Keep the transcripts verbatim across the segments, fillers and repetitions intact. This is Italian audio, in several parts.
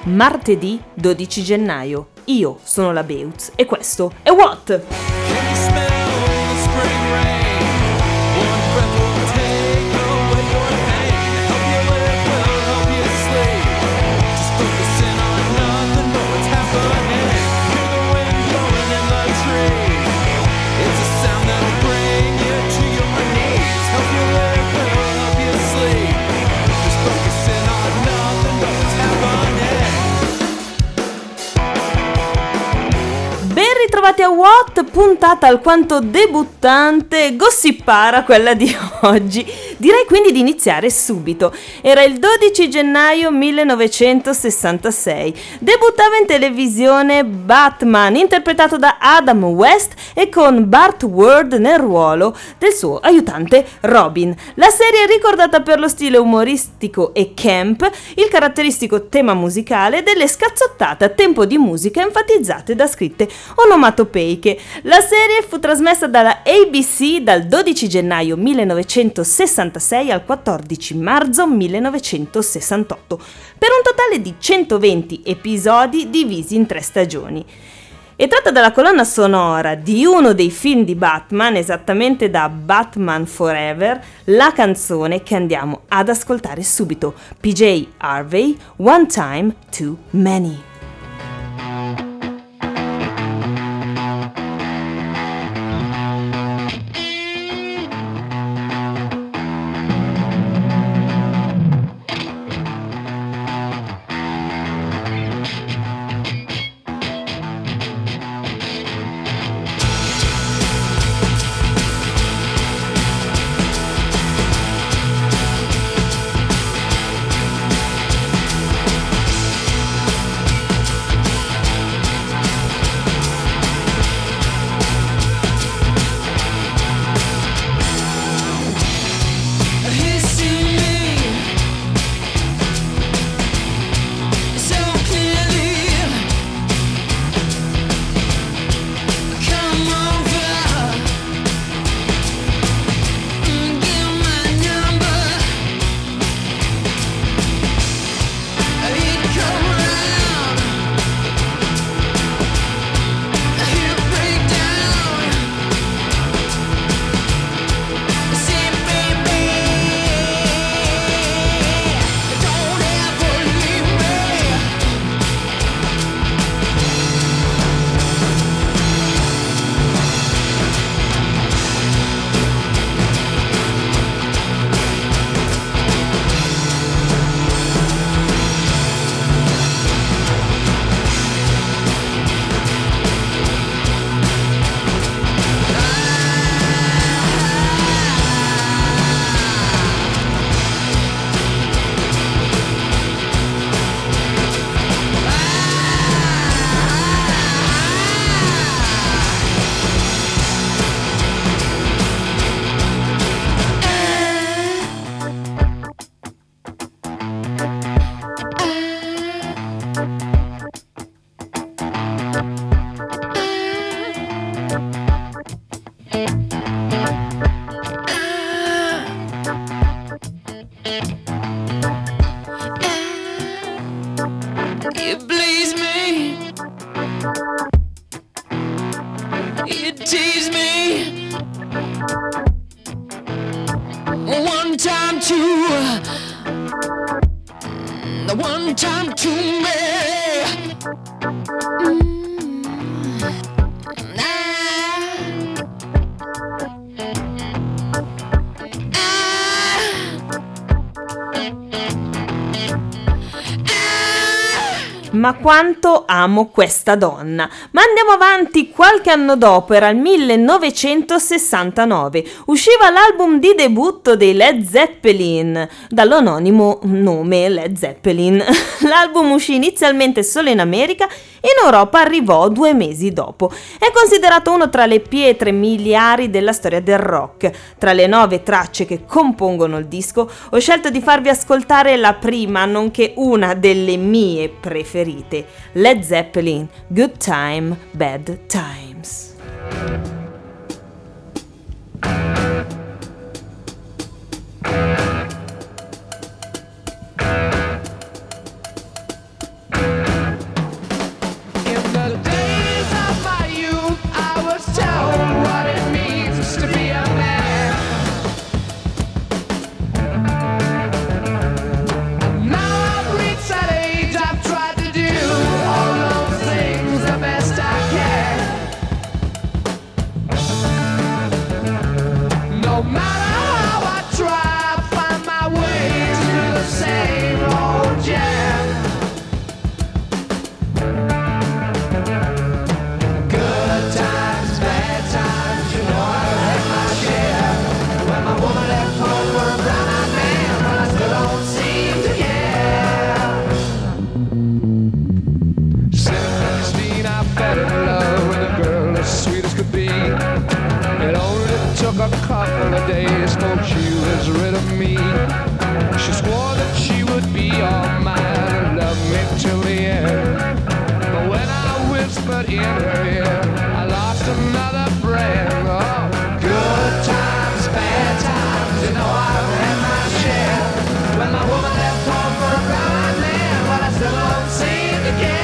martedì dodici gennaio. Io sono la Beutz e questo è What? Ritrovati a What, puntata alquanto debuttante, gossipara quella di oggi. Direi quindi di iniziare subito. Era il dodici gennaio millenovecentosessantasei. Debuttava in televisione Batman, interpretato da Adam West e con Burt Ward nel ruolo del suo aiutante Robin. La serie è ricordata per lo stile umoristico e camp, il caratteristico tema musicale delle scazzottate a tempo di musica enfatizzate da scritte onomatopeiche. La serie fu trasmessa dalla A B C dal dodici gennaio millenovecentosessantasei al quattordici marzo millenovecentosessantotto, per un totale di centoventi episodi divisi in tre stagioni. È tratta dalla colonna sonora di uno dei film di Batman, esattamente da Batman Forever, la canzone che andiamo ad ascoltare subito, P J Harvey, One Time Too Many. One time too many. Ma quanto amo questa donna. Ma andiamo avanti, qualche anno dopo, era il millenovecentosessantanove, usciva l'album di debutto dei Led Zeppelin, dall'anonimo nome Led Zeppelin. L'album uscì inizialmente solo in America, in Europa arrivò due mesi dopo. È considerato uno tra le pietre miliari della storia del rock. Tra le nove tracce che compongono il disco, ho scelto di farvi ascoltare la prima, nonché una delle mie preferite. Led Zeppelin, Good Time, Bad Times. nowadays, folks, she was rid of me. She swore that she would be all mine and love me till the end. But when I whispered in her ear, I lost another friend. Oh, good times, bad times, you know I've had my share. When my woman left home for a blind man, but I still don't seem to care.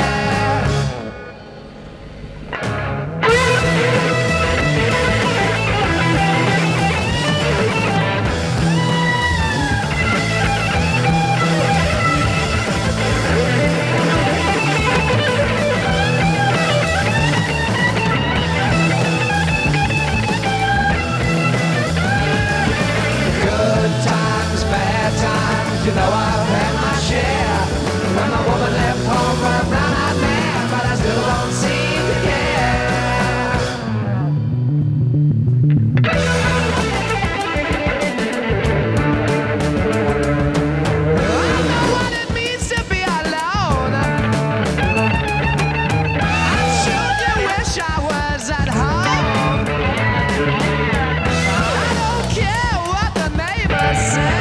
You know I've had my share. When my woman left home for a blind man, but I still don't seem to care. I know what it means to be alone. I sure do wish I was at home. I don't care what the neighbors say.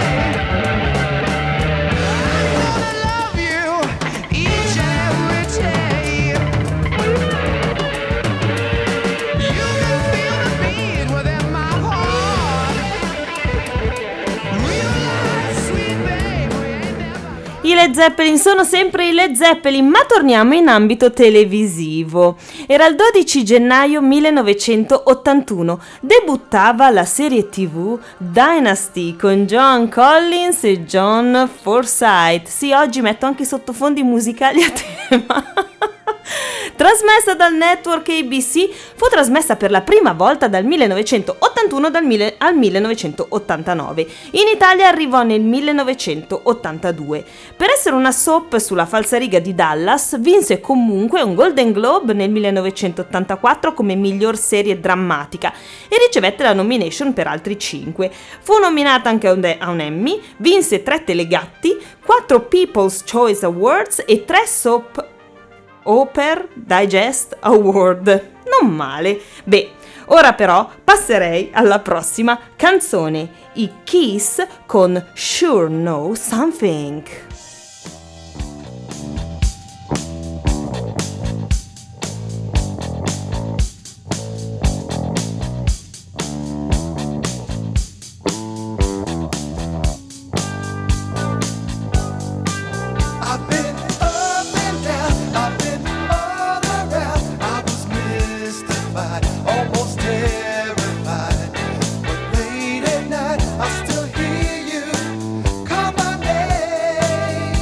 I Led Zeppelin sono sempre i Led Zeppelin, ma torniamo in ambito televisivo. Era il dodici gennaio millenovecentottantuno, debuttava la serie tivù Dynasty con Joan Collins e John Forsythe. Sì, oggi metto anche i sottofondi musicali a tema. Trasmessa dal network A B C, fu trasmessa per la prima volta dal millenovecentottantuno dal mille, al millenovecentottantanove. In Italia arrivò nel millenovecentottantadue. Per essere una soap sulla falsariga di Dallas, vinse comunque un Golden Globe nel millenovecentottantaquattro come miglior serie drammatica e ricevette la nomination per altri cinque. Fu nominata anche a un, a un Emmy, vinse tre Telegatti, quattro People's Choice Awards e tre Soap Opera Digest Award. Non male. Beh, ora però passerei alla prossima canzone, i Kiss con Sure Know Something. I still hear you call my name.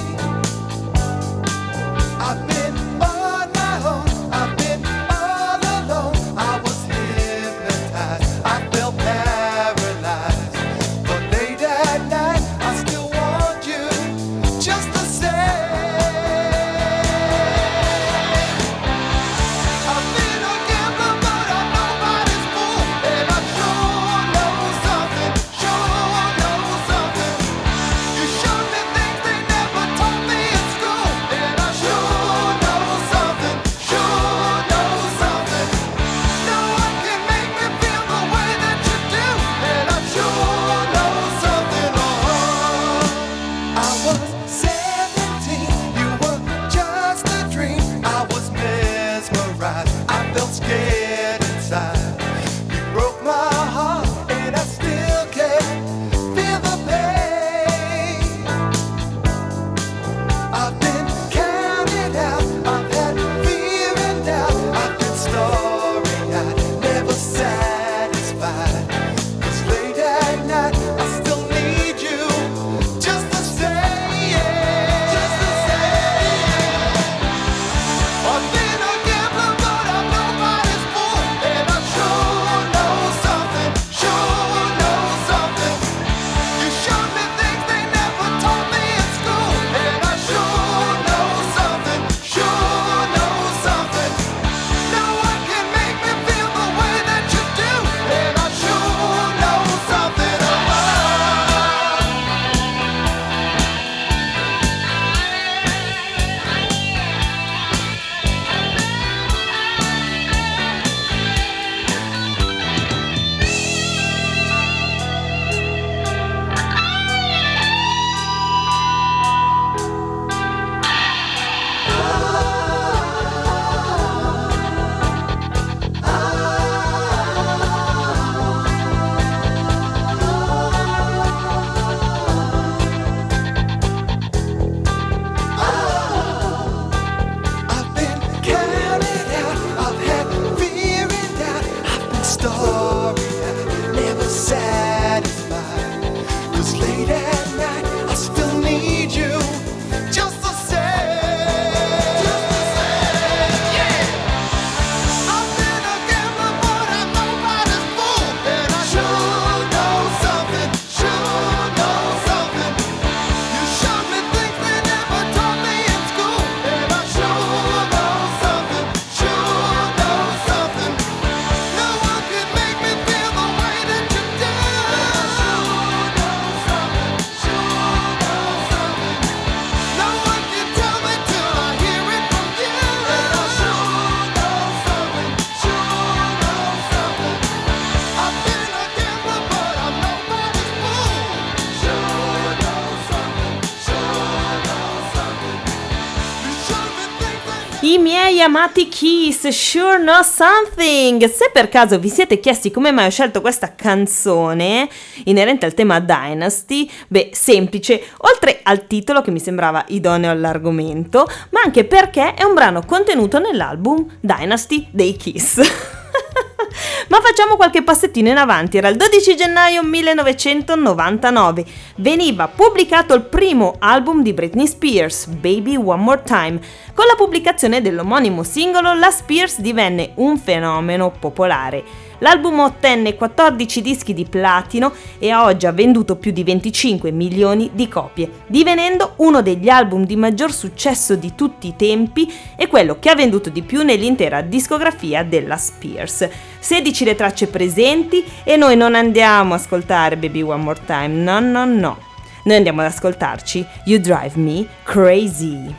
I miei amati Kiss, Sure Know Something. Se per caso vi siete chiesti come mai ho scelto questa canzone inerente al tema Dynasty, beh, semplice, oltre al titolo che mi sembrava idoneo all'argomento, ma anche perché è un brano contenuto nell'album Dynasty dei Kiss. Ma facciamo qualche passettino in avanti. Era il dodici gennaio millenovecentonovantanove, veniva pubblicato il primo album di Britney Spears, Baby One More Time. Con la pubblicazione dell'omonimo singolo, la Spears divenne un fenomeno popolare. L'album ottenne quattordici dischi di platino e a oggi ha venduto più di venticinque milioni di copie, divenendo uno degli album di maggior successo di tutti i tempi e quello che ha venduto di più nell'intera discografia della Spears. sedici le tracce presenti e noi non andiamo a ascoltare Baby One More Time, no no no. Noi andiamo ad ascoltarci You Drive Me Crazy.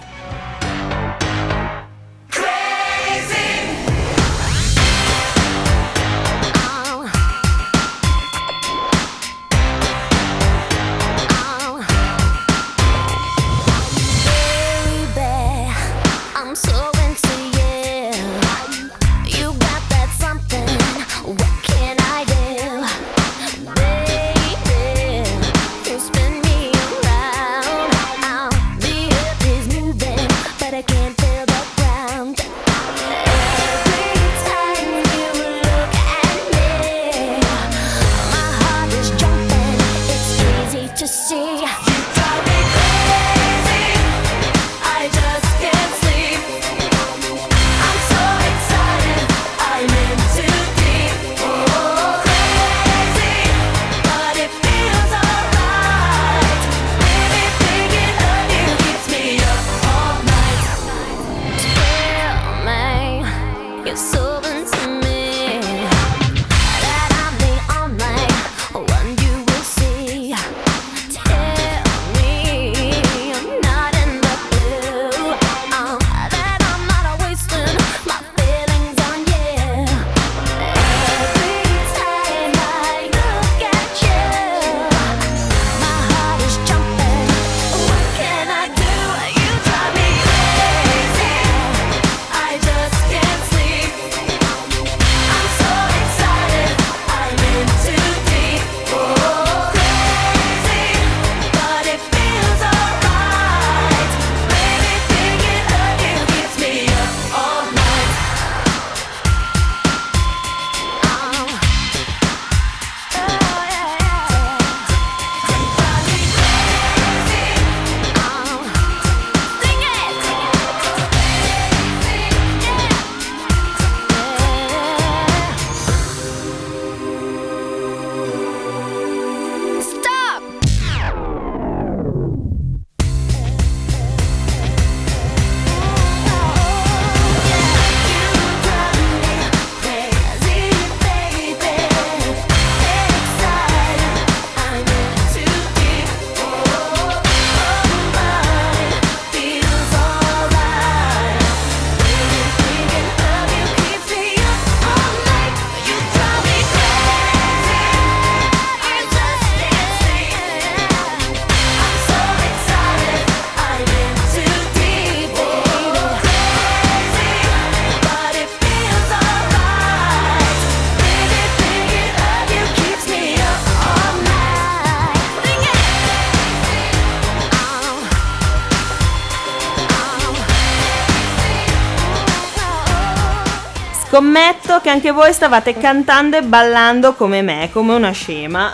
Scommetto che anche voi stavate cantando e ballando come me, come una scema.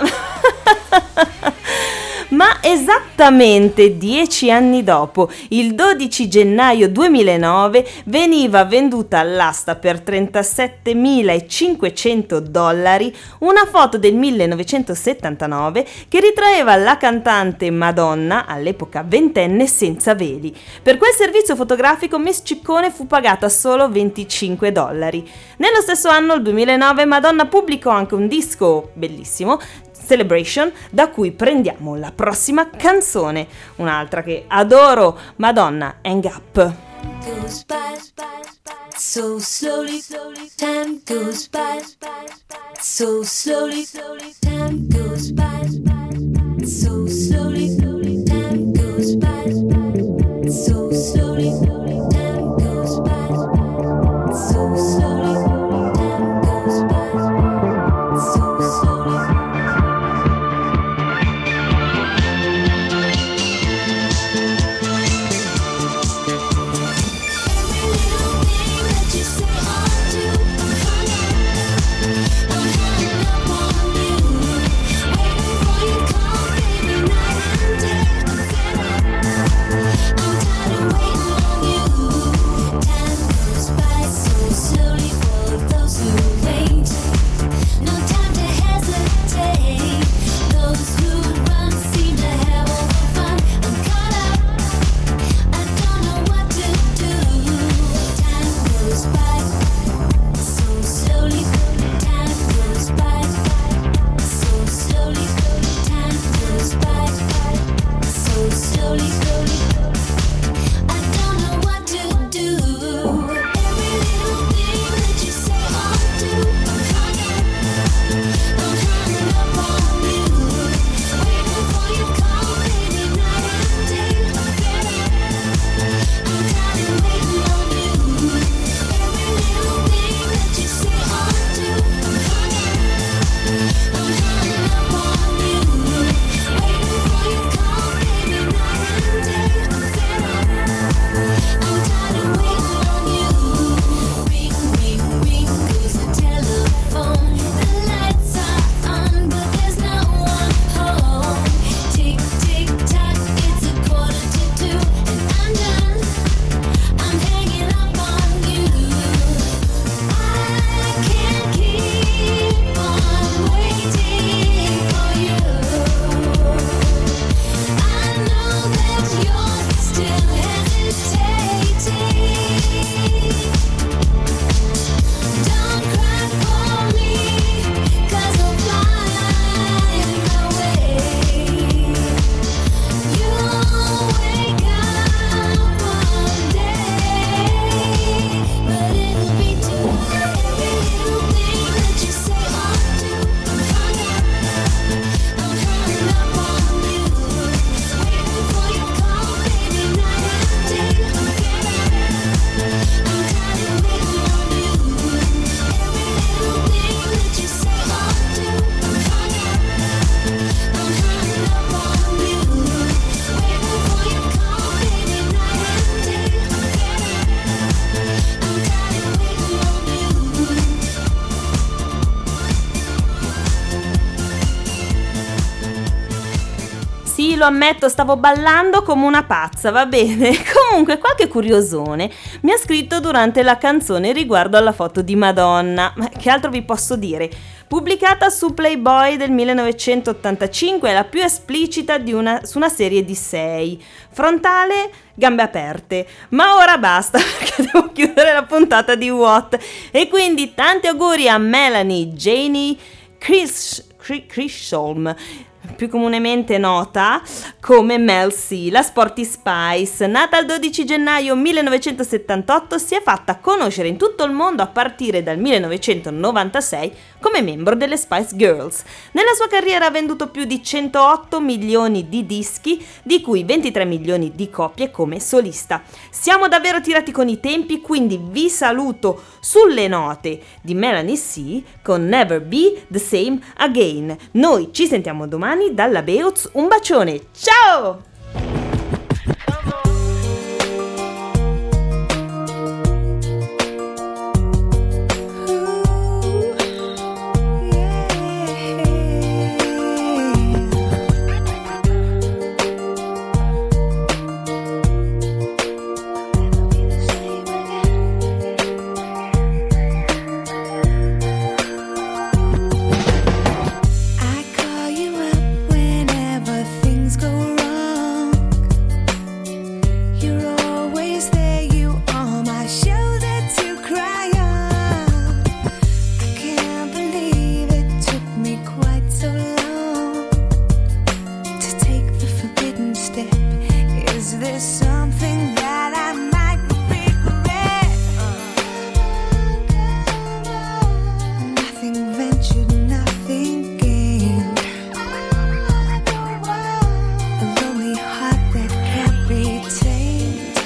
Ma esattamente dieci anni dopo, il dodici gennaio duemilanove, veniva venduta all'asta per trentasettemilacinquecento dollari una foto del millenovecentosettantanove che ritraeva la cantante Madonna, all'epoca ventenne, senza veli. Per quel servizio fotografico Miss Ciccone fu pagata solo venticinque dollari. Nello stesso anno, il duemilanove, Madonna pubblicò anche un disco bellissimo, Celebration, da cui prendiamo la prossima canzone, un'altra che adoro, Madonna, Hang Up. Goes by so slowly, time goes by so slowly, time goes by so slowly, time goes by so slowly, time goes by. slowly, slowly. I don't know what to do. Every little thing that you say or do, I'm hanging, I'm hanging up on you, waiting for your call, baby, night and day. I'm tired of waiting on you. Every little thing that you say or do, I'm hanging, I'm hanging up on you, waiting for your call, baby, night and day. I'm tired of waiting on you. Ring, ring, ring goes the telephone. The lights are on, but there's no one home. Tick, tick, tock, it's a quarter to two, and I'm done. I'm hanging up on you. I can't keep on waiting for you. I know that you're still hesitating. Don't cry for me, 'cause I'm flying away. You'll wake up one day, but it'll be too late. Every little thing that you say or do, I'm hanging, I'm hanging up on you, waiting for your call, baby, night and day. I'm tired of waiting on you. Every little thing that you say or do, I'm hanging, I'm hanging up on you, waiting for your call, baby, night and day. I'm tired of waiting on you. Sì, lo ammetto, stavo ballando come una pazza, va bene. Comunque, qualche curiosone mi ha scritto durante la canzone riguardo alla foto di Madonna. Ma che altro vi posso dire? Pubblicata su Playboy del millenovecentottantacinque, è la più esplicita di una, su una serie di sei. Frontale, gambe aperte. Ma ora basta, perché devo chiudere la puntata di What. E quindi tanti auguri a Melanie Janie Chris, Chisholm, più comunemente nota come Mel C, la Sporty Spice. Nata il dodici gennaio millenovecentosettantotto, si è fatta conoscere in tutto il mondo a partire dal millenovecentonovantasei come membro delle Spice Girls. Nella sua carriera ha venduto più di centootto milioni di dischi, di cui ventitré milioni di copie come solista. Siamo davvero tirati con i tempi, quindi vi saluto sulle note di Melanie C con Never Be the Same Again. Noi ci sentiamo domani dalla Beoz. Un bacione, ciao! I call you up whenever things go wrong. You're always there, you are my shoulder to cry on. I can't believe it took me quite so long to take the forbidden step. Is this something that I might regret? Nothing ventured, nothing gained. A lonely heart that can't be tamed.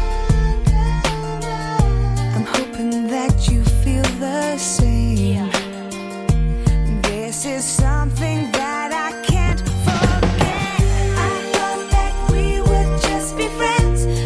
I'm hoping that you feel the same. This is something that I can't forget. I thought that we would just be friends.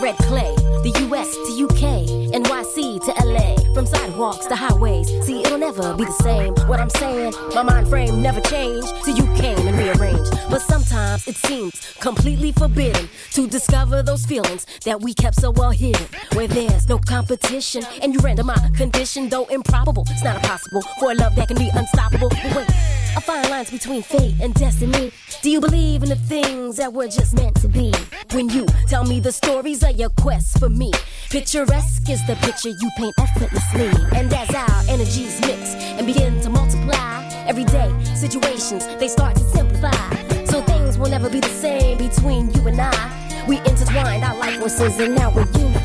red clay. The U S to U K, N Y C to L A. From sidewalks to highways, see it'll never be the same. What I'm saying, my mind frame never changed till you came and rearranged. But sometimes it seems completely forbidden to discover those feelings that we kept so well hidden. Where there's no competition and you render my condition, though improbable, it's not impossible for a love that can be unstoppable. But wait, a fine lines between fate and destiny. Do you believe in the things that were just meant to be? When you tell me the stories of your quest for me, picturesque is the picture you paint effortlessly. And as our energies mix and begin to multiply, everyday situations, they start to simplify. So things will never be the same between you and I. We intertwined our life forces and now we're unified.